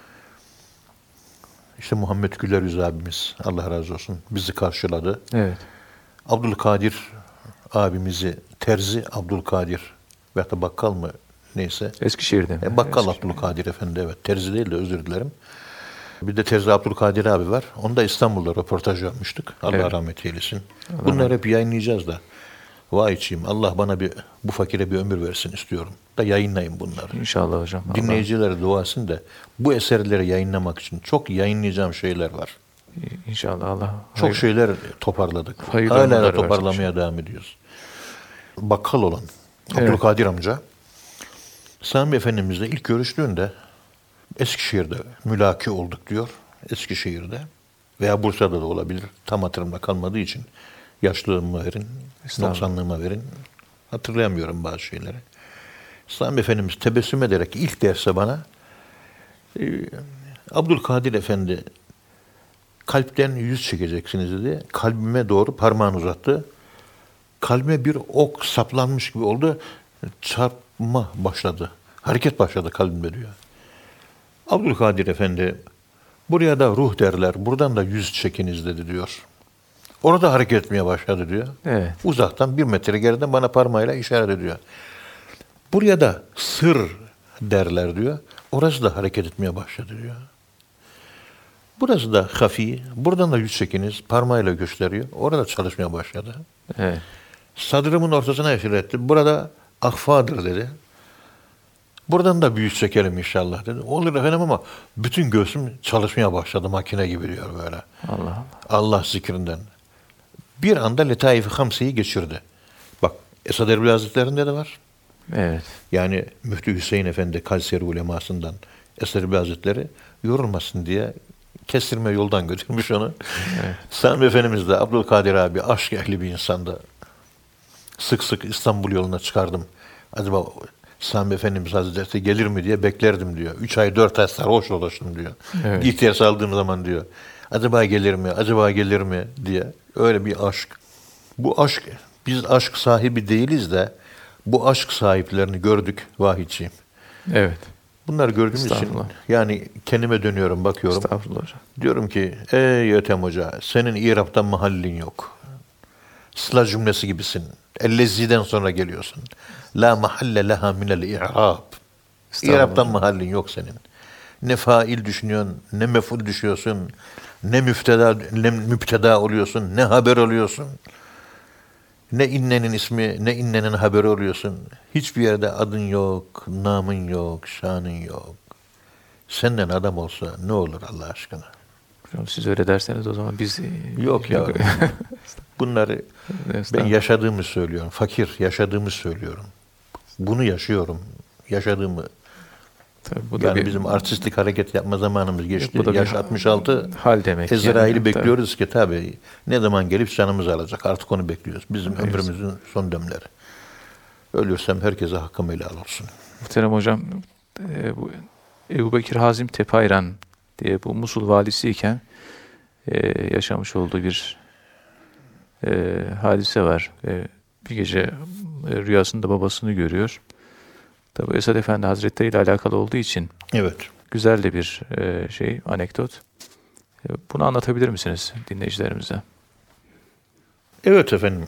İşte Muhammed Güler Yüz abimiz, Allah razı olsun, bizi karşıladı. Evet. Abdülkadir abimizi, Terzi Abdülkadir veya da bakkal mı neyse. Eskişehir'de mi? E, bakkal Eskişehir. Abdülkadir Efendi, evet. Terzi değil de özür dilerim. Bir de Terzi Abdülkadir abi var. Onu da İstanbul'da röportaj yapmıştık. Allah evet. rahmet eylesin. Allah Bunları rahmet. hep yayınlayacağız da. Vay içeyim. Allah bana bir bu fakire bir ömür versin istiyorum. Da yayınlayın bunları. İnşallah hocam. Dinleyicilere dua etsin de bu eserleri yayınlamak için çok yayınlayacağım şeyler var. İnşallah Allah. Çok hayır. şeyler toparladık. Hayır Hala da toparlamaya devam ediyoruz. Bakkal olan evet. Abdülkadir amca Sami Efendimizle ilk görüştüğünde Eskişehir'de mülaki olduk diyor. Eskişehir'de veya Bursa'da da olabilir. Tam hatırımda kalmadığı için yaşlılığıma verin, noksanlığıma verin. Hatırlayamıyorum bazı şeyleri. Sami Efendimiz tebessüm ederek ilk derse bana Abdülkadir Efendi kalpten yüz çekeceksiniz dedi. Kalbime doğru parmağını uzattı. Kalbime bir ok saplanmış gibi oldu. Çarpma başladı. Hareket başladı kalbimde diyor. Abdülkadir Efendi buraya da ruh derler. Buradan da yüz çekiniz dedi diyor. Orada hareket etmeye başladı diyor. Evet. Uzaktan bir metre geriden bana parmağıyla işaret ediyor. Buraya da sır derler diyor. Orası da hareket etmeye başladı diyor. Burası da hafi. Buradan da yüz çekiniz. Parmağıyla gösteriyor. Orada çalışmaya başladı. Evet. Sadrımın ortasına işaret etti. Burada ahfadır dedi. Buradan da bir yüz çekelim inşallah dedi. Olur efendim ama bütün göğsüm çalışmaya başladı makine gibi diyor böyle. Allah Allah. Allah zikrinden. Bir anda Letaif-i Hamse'yi geçirdi. Bak Esad Erbil Hazretleri'nde de var. Evet. Yani Müftü Hüseyin Efendi Kayseri ulemasından Esad Erbil Hazretleri yorulmasın diye kestirme yoldan götürmüş onu. Evet. Sami Efendimiz de Abdülkadir abi aşk ehli bir insandı. Sık sık İstanbul yoluna çıkardım. Acaba Sami Efendimiz Hazretleri gelir mi diye beklerdim diyor. Üç ay dört ay sarhoş dolaştım diyor. Evet. İhtiyaç aldığım zaman diyor. Acaba gelir mi? Acaba gelir mi diye. Öyle bir aşk. Bu aşk, biz aşk sahibi değiliz de bu aşk sahiplerini gördük vahiyciğim. Evet. Bunları gördüğümüz için Estağfurullah. yani kendime dönüyorum, bakıyorum. Estağfurullah hocam. Diyorum ki ey Ethem Hoca senin İrab'dan mahallin yok. Sıla cümlesi gibisin. Elleziden sonra geliyorsun. La mahalle leha minel i'rab. Estağfurullah. İrab'dan mahallin yok senin. Ne fail düşünüyorsun, ne mef'ul düşüyorsun, ne müfteda, ne müpteda oluyorsun, ne haber oluyorsun. Ne innenin ismi, ne innenin haberi oluyorsun. Hiçbir yerde adın yok, namın yok, şanın yok. Senden adam olsa ne olur Allah aşkına? Hocam siz öyle derseniz o zaman biz... Yok ya. Bunları ben Estağfurullah. yaşadığımı söylüyorum. Fakir yaşadığımı söylüyorum. Bunu yaşıyorum. Yaşadığımı. Tabii bu da Yani bir bizim artistik hareket yapma zamanımız geçti. bu da bir Yaş altmış altı. hal demek. Ezrail'i yani. bekliyoruz ki tabii. Ne zaman gelip canımızı alacak? Artık onu bekliyoruz. Bizim Evet. ömrümüzün son demleri. Ölürsem herkese hakkımı helal olsun. Muhterem hocam, e, bu Ebu Bekir Hazim Tepayran diye bu Musul valisiyken e, yaşamış olduğu bir e, hadise var. E, bir gece e, rüyasında babasını görüyor. Tabi Esad Efendi Hazretleri ile alakalı olduğu için Evet. güzel de bir e, şey, anekdot. E, bunu anlatabilir misiniz dinleyicilerimize? Evet efendim.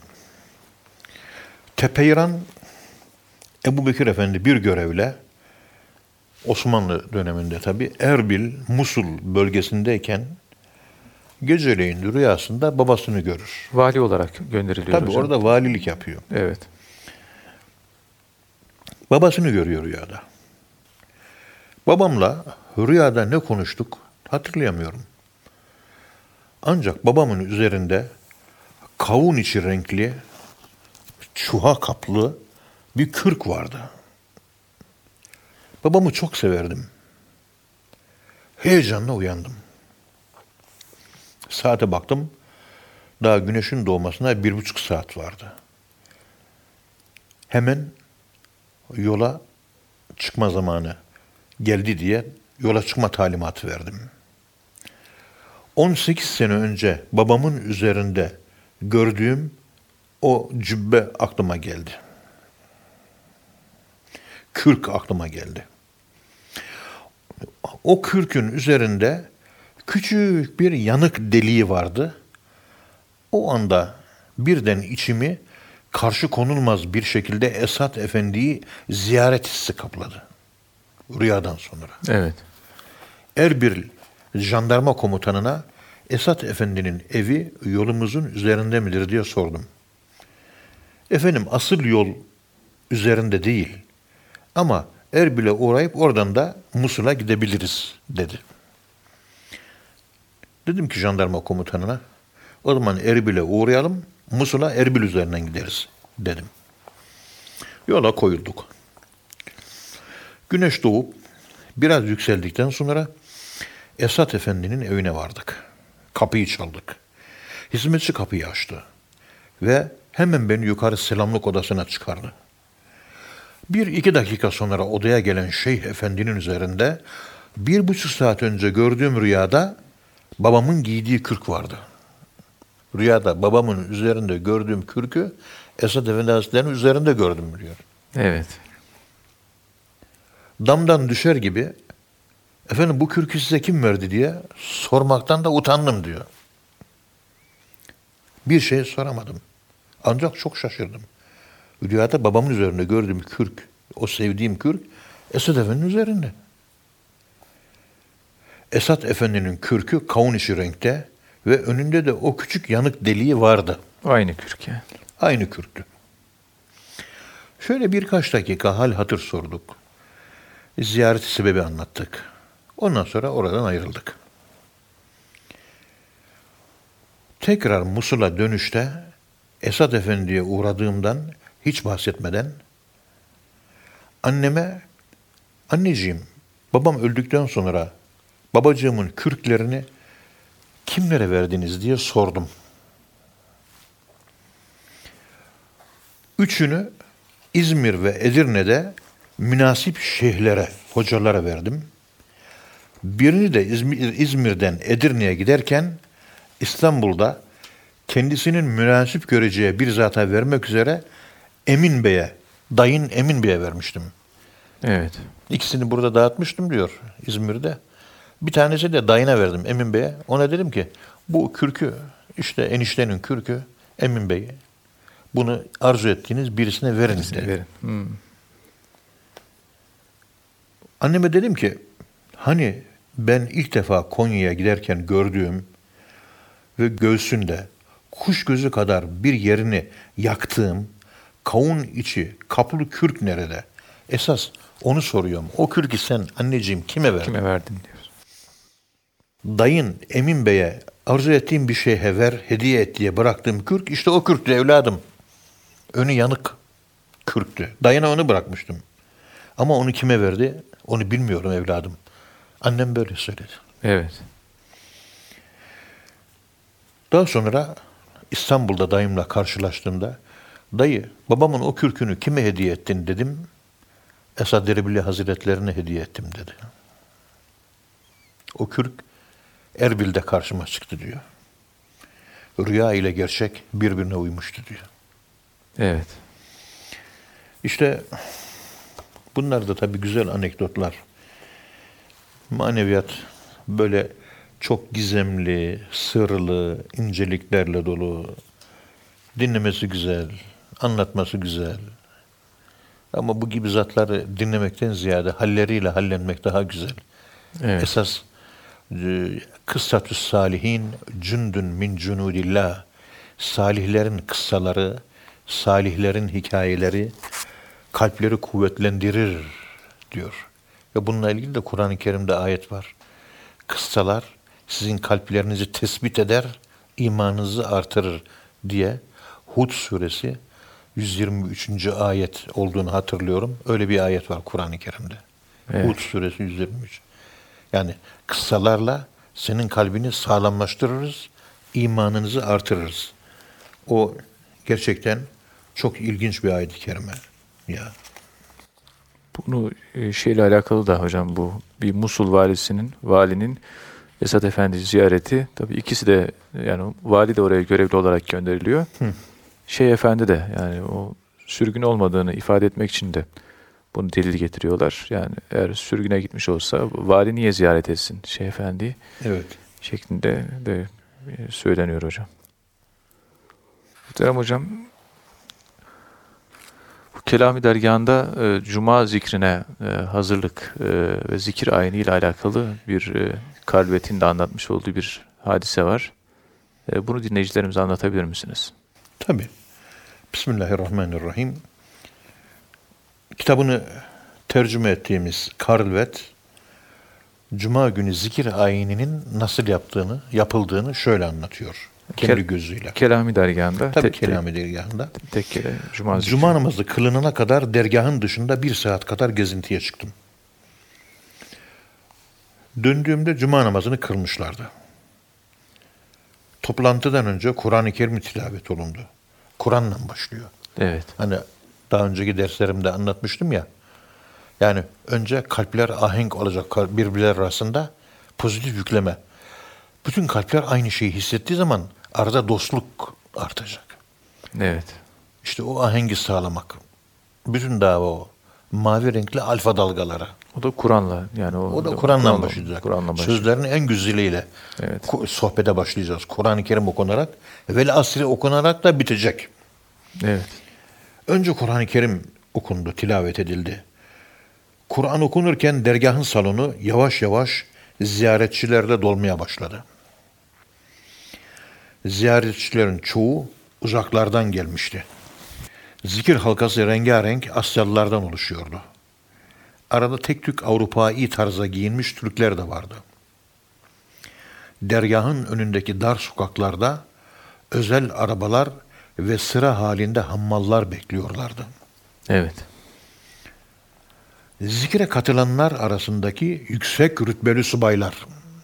Tepeyran Ebu Bekir Efendi bir görevle Osmanlı döneminde tabi Erbil, Musul bölgesindeyken geceleyin rüyasında babasını görür. Vali olarak gönderiliyor Tabi hocam. orada valilik yapıyor. Evet. Babasını görüyor rüyada. Babamla rüyada ne konuştuk hatırlayamıyorum. Ancak babamın üzerinde kavun içi renkli, çuha kaplı bir kürk vardı. Babamı çok severdim. Heyecanla uyandım. Saate baktım. Daha güneşin doğmasına bir buçuk saat vardı. Hemen yola çıkma zamanı geldi diye yola çıkma talimatı verdim. on sekiz sene önce babamın üzerinde gördüğüm o cübbe aklıma geldi. Kürk aklıma geldi. O kürkün üzerinde küçük bir yanık deliği vardı. O anda birden içimi karşı konulmaz bir şekilde Esad Efendi'yi ziyaret hissi kapladı. Rüyadan sonra. Evet. Erbil jandarma komutanına Esad Efendi'nin evi yolumuzun üzerinde midir diye sordum. Efendim asıl yol üzerinde değil ama Erbil'e uğrayıp oradan da Musul'a gidebiliriz dedi. Dedim ki jandarma komutanına o zaman Erbil'e uğrayalım Musul'a Erbil üzerinden gideriz dedim. Yola koyulduk. Güneş doğup biraz yükseldikten sonra Esad Efendi'nin evine vardık. Kapıyı çaldık. Hizmetçi kapıyı açtı. Ve hemen beni yukarı selamlık odasına çıkardı. Bir iki dakika sonra odaya gelen Şeyh Efendi'nin üzerinde Bir buçuk saat önce gördüğüm rüyada babamın giydiği kürk vardı. Rüyada babamın üzerinde gördüğüm kürkü Esad Efendi Hazretleri'nin üzerinde gördüm diyor. Evet. Damdan düşer gibi efendim bu kürkü size kim verdi diye sormaktan da utandım diyor. Bir şey soramadım. Ancak çok şaşırdım. Rüyada babamın üzerinde gördüğüm kürk, o sevdiğim kürk Esad Efendi'nin üzerinde. Esad Efendi'nin kürkü kavun içi renkte ve önünde de o küçük yanık deliği vardı. Aynı kürk yani. Aynı kürktü. Şöyle birkaç dakika hal hatır sorduk. Ziyareti sebebi anlattık. Ondan sonra oradan ayrıldık. Tekrar Musul'a dönüşte Esad Efendi'ye uğradığımdan hiç bahsetmeden anneme, anneciğim babam öldükten sonra babacığımın kürklerini kimlere verdiniz diye sordum. Üçünü İzmir ve Edirne'de münasip şeyhlere, hocalara verdim. Birini de İzmir, İzmir'den Edirne'ye giderken İstanbul'da kendisinin münasip göreceği bir zata vermek üzere Emin Bey'e, dayın Emin Bey'e vermiştim. Evet. İkisini burada dağıtmıştım diyor İzmir'de. Bir tanesi de dayına verdim Emin Bey'e. Ona dedim ki bu kürkü işte eniştenin kürkü Emin Bey'e. Bunu arzu ettiğiniz birisine verin dedi. Verin. Hmm. Anneme dedim ki hani ben ilk defa Konya'ya giderken gördüğüm ve göğsünde kuş gözü kadar bir yerini yaktığım kavun içi kaplı kürk nerede? Esas onu soruyorum. O kürkü sen anneciğim kime verdin? Kime verdin diyor. Dayın Emin Bey'e arzu ettiğim bir şeye ver, hediye et diye bıraktığım kürk işte o kürktü evladım. Önü yanık kürktü. Dayına onu bırakmıştım. Ama onu kime verdi? Onu bilmiyorum evladım. Annem böyle söyledi. Evet. Daha sonra İstanbul'da dayımla karşılaştığımda dayı babamın o kürkünü kime hediye ettin dedim. Esad Erbil Hazretlerine hediye ettim dedi. O kürk Erbil'de karşıma çıktı diyor. Rüya ile gerçek birbirine uymuştu diyor. Evet. İşte bunlar da tabii güzel anekdotlar. Maneviyat böyle çok gizemli, sırlı, inceliklerle dolu. Dinlemesi güzel, anlatması güzel. Ama bu gibi zatları dinlemekten ziyade halleriyle hallenmek daha güzel. Evet. Esas kıssatü salihin cündün min cunudillah. Salihlerin kıssaları, salihlerin hikayeleri kalpleri kuvvetlendirir diyor. Ve bununla ilgili de Kur'an-ı Kerim'de ayet var. Kıssalar sizin kalplerinizi tespit eder, imanınızı artırır diye Hud suresi yüz yirmi üçüncü ayet olduğunu hatırlıyorum. Öyle bir ayet var Kur'an-ı Kerim'de. Evet. Hud suresi yüz yirmi üç. Yani kıssalarla senin kalbini sağlamlaştırırız, imanınızı artırırız. O gerçekten çok ilginç bir ayet-i kerime. Ya. Bunu e, şeyle alakalı da hocam bu bir Musul valisinin, valinin Esad Efendi ziyareti. Tabii ikisi de yani vali de oraya görevli olarak gönderiliyor. Hı. Şeyh Efendi de yani o sürgün olmadığını ifade etmek için de bunu delil getiriyorlar. Yani eğer sürgüne gitmiş olsa vali niye ziyaret etsin Şeyh Efendi? Evet. Şeklinde de söyleniyor hocam. Muhterem hocam, bu Kelami dergahında e, Cuma zikrine e, hazırlık e, ve zikir ayini ile alakalı bir e, kalbetin de anlatmış olduğu bir hadise var. E, bunu dinleyicilerimize anlatabilir misiniz? Tabii. Bismillahirrahmanirrahim. Kitabını tercüme ettiğimiz Karlvet, Cuma günü zikir ayininin nasıl yaptığını, yapıldığını şöyle anlatıyor. Kendi Kel- gözüyle. Kelami dergahında. Tabii te- Kelami dergahında. Tekkede Cuma zikri. Cuma namazı kılınana kadar dergahın dışında bir saat kadar gezintiye çıktım. Döndüğümde Cuma namazını kılmışlardı. Toplantıdan önce Kur'an-ı Kerim tilavet olundu. Kur'an'la başlıyor. Evet. Hani daha önceki derslerimde anlatmıştım ya. Yani önce kalpler ahenk olacak birbirler arasında, pozitif yükleme. Bütün kalpler aynı şeyi hissettiği zaman arada dostluk artacak. Evet. İşte o ahengi sağlamak. Bütün dava o. Mavi renkli alfa dalgalara. O da Kur'an'la yani o, O da Kur'an'la Kur'an'la başlayacak. Kur'an'la başlayacak. Sözlerin en güzeliyle Evet. sohbete başlayacağız. Kur'an-ı Kerim okunarak, Vel Asri okunarak da bitecek. Evet. Önce Kur'an-ı Kerim okundu, tilavet edildi. Kur'an okunurken dergahın salonu yavaş yavaş ziyaretçilerle dolmaya başladı. Ziyaretçilerin çoğu uzaklardan gelmişti. Zikir halkası rengarenk Asyalılardan oluşuyordu. Arada tek tük Avrupa'yı tarza giyinmiş Türkler de vardı. Dergahın önündeki dar sokaklarda özel arabalar ve sıra halinde hammallar bekliyorlardı. Evet. Zikre katılanlar arasındaki yüksek rütbeli subaylar.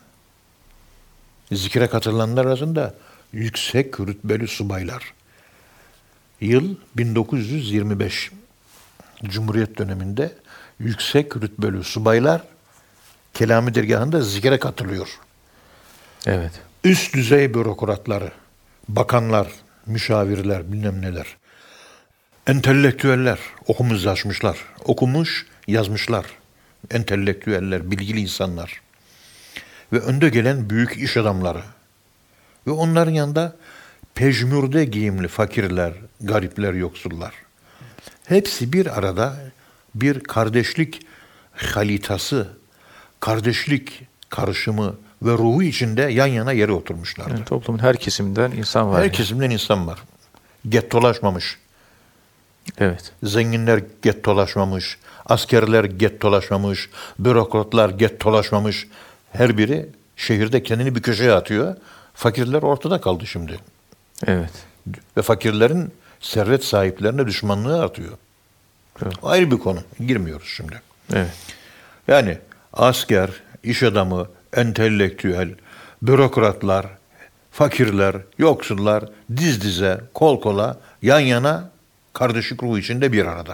Zikre katılanlar arasında yüksek rütbeli subaylar. Yıl bin dokuz yüz yirmi beş. Cumhuriyet döneminde yüksek rütbeli subaylar Kelami dergahında zikre katılıyor. Evet. Üst düzey bürokratları, bakanlar, müşavirler, bilmem neler. Entelektüeller okumuş yazmışlar. Okumuş yazmışlar. Entelektüeller, bilgili insanlar. Ve önde gelen büyük iş adamları. Ve onların yanında pejmürde giyimli fakirler, garipler, yoksullar. Hepsi bir arada bir kardeşlik halitası, kardeşlik karışımı ve ruhu içinde yan yana yere oturmuşlardı. Yani toplumun her kesiminden insan var. Her yani. kesimden insan var. Gettolaşmamış. Evet. Zenginler gettolaşmamış, askerler gettolaşmamış, bürokratlar gettolaşmamış. Her biri şehirde kendini bir köşeye atıyor. Fakirler ortada kaldı şimdi. Evet. Ve fakirlerin servet sahiplerine düşmanlığı artıyor. Evet. Ayrı bir konu. Girmiyoruz şimdi. Evet. Yani asker, iş adamı, entelektüel, bürokratlar, fakirler, yoksullar diz dize, kol kola, yan yana kardeşlik ruhu içinde bir arada.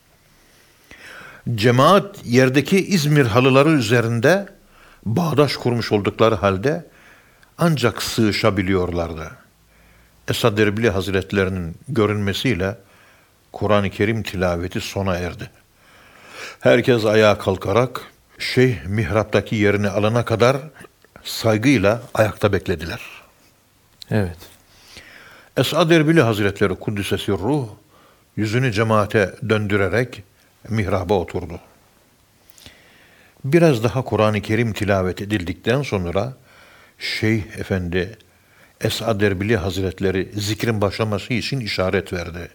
Cemaat yerdeki İzmir halıları üzerinde bağdaş kurmuş oldukları halde ancak sığışabiliyorlardı. Esad Erbili Hazretlerinin görünmesiyle Kur'an-ı Kerim tilaveti sona erdi. Herkes ayağa kalkarak şeyh mihraptaki yerini alana kadar saygıyla ayakta beklediler. Evet. Esad Erbili Hazretleri Kuddisesi Ruh yüzünü cemaate döndürerek mihraba oturdu. Biraz daha Kur'an-ı Kerim tilavet edildikten sonra Şeyh Efendi Esad Erbili Hazretleri zikrin başlaması için işaret verdi.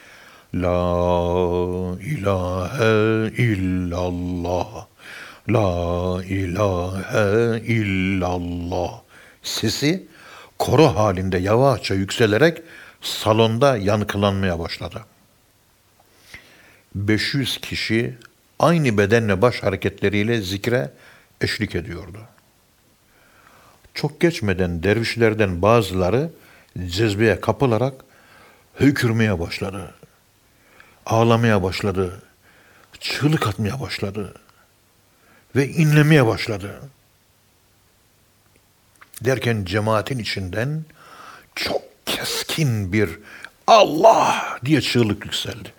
La ilahe illallah, la ilahe illallah sesi koro halinde yavaşça yükselerek salonda yankılanmaya başladı. beş yüz kişi aynı bedenle baş hareketleriyle zikre eşlik ediyordu. Çok geçmeden dervişlerden bazıları cezbeye kapılarak höykürmeye başladı. Ağlamaya başladı. Çığlık atmaya başladı. Ve inlemeye başladı. Derken cemaatin içinden çok keskin bir Allah diye çığlık yükseldi.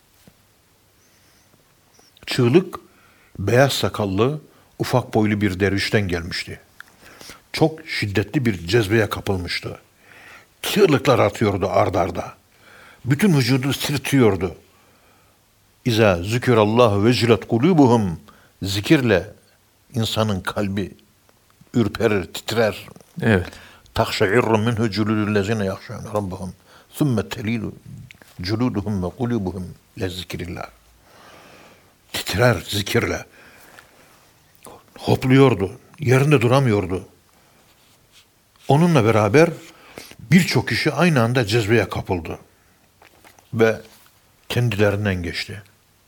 Çığlık beyaz sakallı, ufak boylu bir dervişten gelmişti. Çok şiddetli bir cezbeye kapılmıştı. Çığlıklar atıyordu ard arda. Bütün vücudu sirtiyordu. İza zikirallahu vecilet kulubuhum. Zikirle insanın kalbi ürperir, titrer. Evet. Tahşe'irru minhu culudüllezine yahşâne rabbahum. Thumme telilu culuduhum ve kulubuhum le zikrillah. Titrer zikirle. Hopluyordu. Yerinde duramıyordu. Onunla beraber birçok kişi aynı anda cezbeye kapıldı. Ve kendilerinden geçti.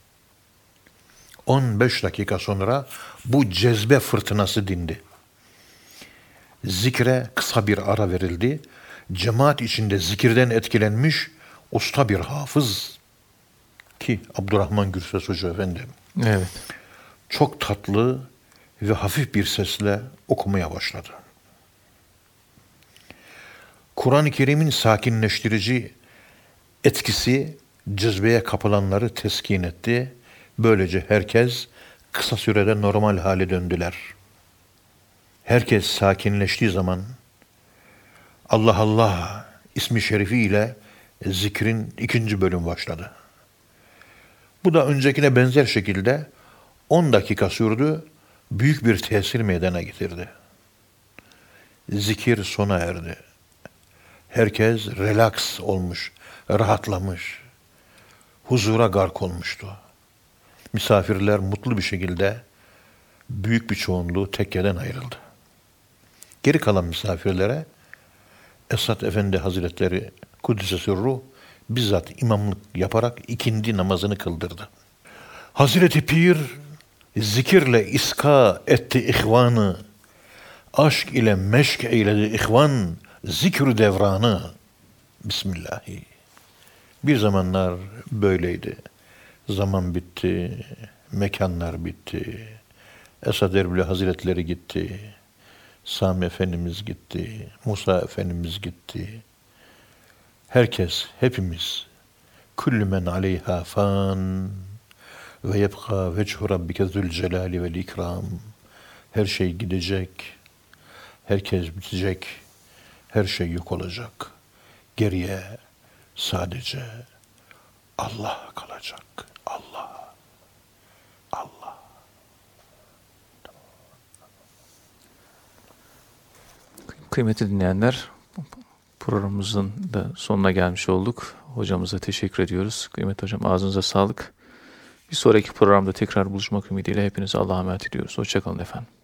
on beş dakika sonra bu cezbe fırtınası dindi. Zikre kısa bir ara verildi. Cemaat içinde zikirden etkilenmiş usta bir hafız ki Abdurrahman Gürses Hoca Efendi Evet. Çok tatlı ve hafif bir sesle okumaya başladı. Kur'an-ı Kerim'in sakinleştirici etkisi cezbeye kapılanları teskin etti. Böylece herkes kısa sürede normal hale döndüler. Herkes sakinleştiği zaman Allah Allah ismi şerifiyle zikrin ikinci bölüm başladı. Bu da öncekine benzer şekilde on dakika sürdü, büyük bir tesir meydana getirdi. Zikir sona erdi. Herkes relax olmuş, rahatlamış, huzura gark olmuştu. Misafirler mutlu bir şekilde büyük bir çoğunluğu tekkeden ayrıldı. Geri kalan misafirlere Esad Efendi Hazretleri Kuddise Sürruh bizzat imamlık yaparak ikindi namazını kıldırdı. Hazreti Pir zikirle iska etti ihvanı, aşk ile meşk eyledi ihvan, zikr devranı. Bismillahi. Bir zamanlar böyleydi. Zaman bitti, mekanlar bitti. Esad Erbil Hazretleri gitti. Sami Efendimiz gitti. Musa Efendimiz gitti. Herkes, hepimiz kullü men aleyha fan ve yebqa vechu rabbike zülcelali vel ikram. Her şey gidecek. Herkes bitecek. Her şey yok olacak. Geriye sadece Allah kalacak. Allah. Allah. Kıymetli dinleyenler, programımızın da sonuna gelmiş olduk. Hocamıza teşekkür ediyoruz. Kıymetli hocam, ağzınıza sağlık. Bir sonraki programda tekrar buluşmak ümidiyle hepinize Allah'a emanet ediyoruz. Hoşça kalın efendim.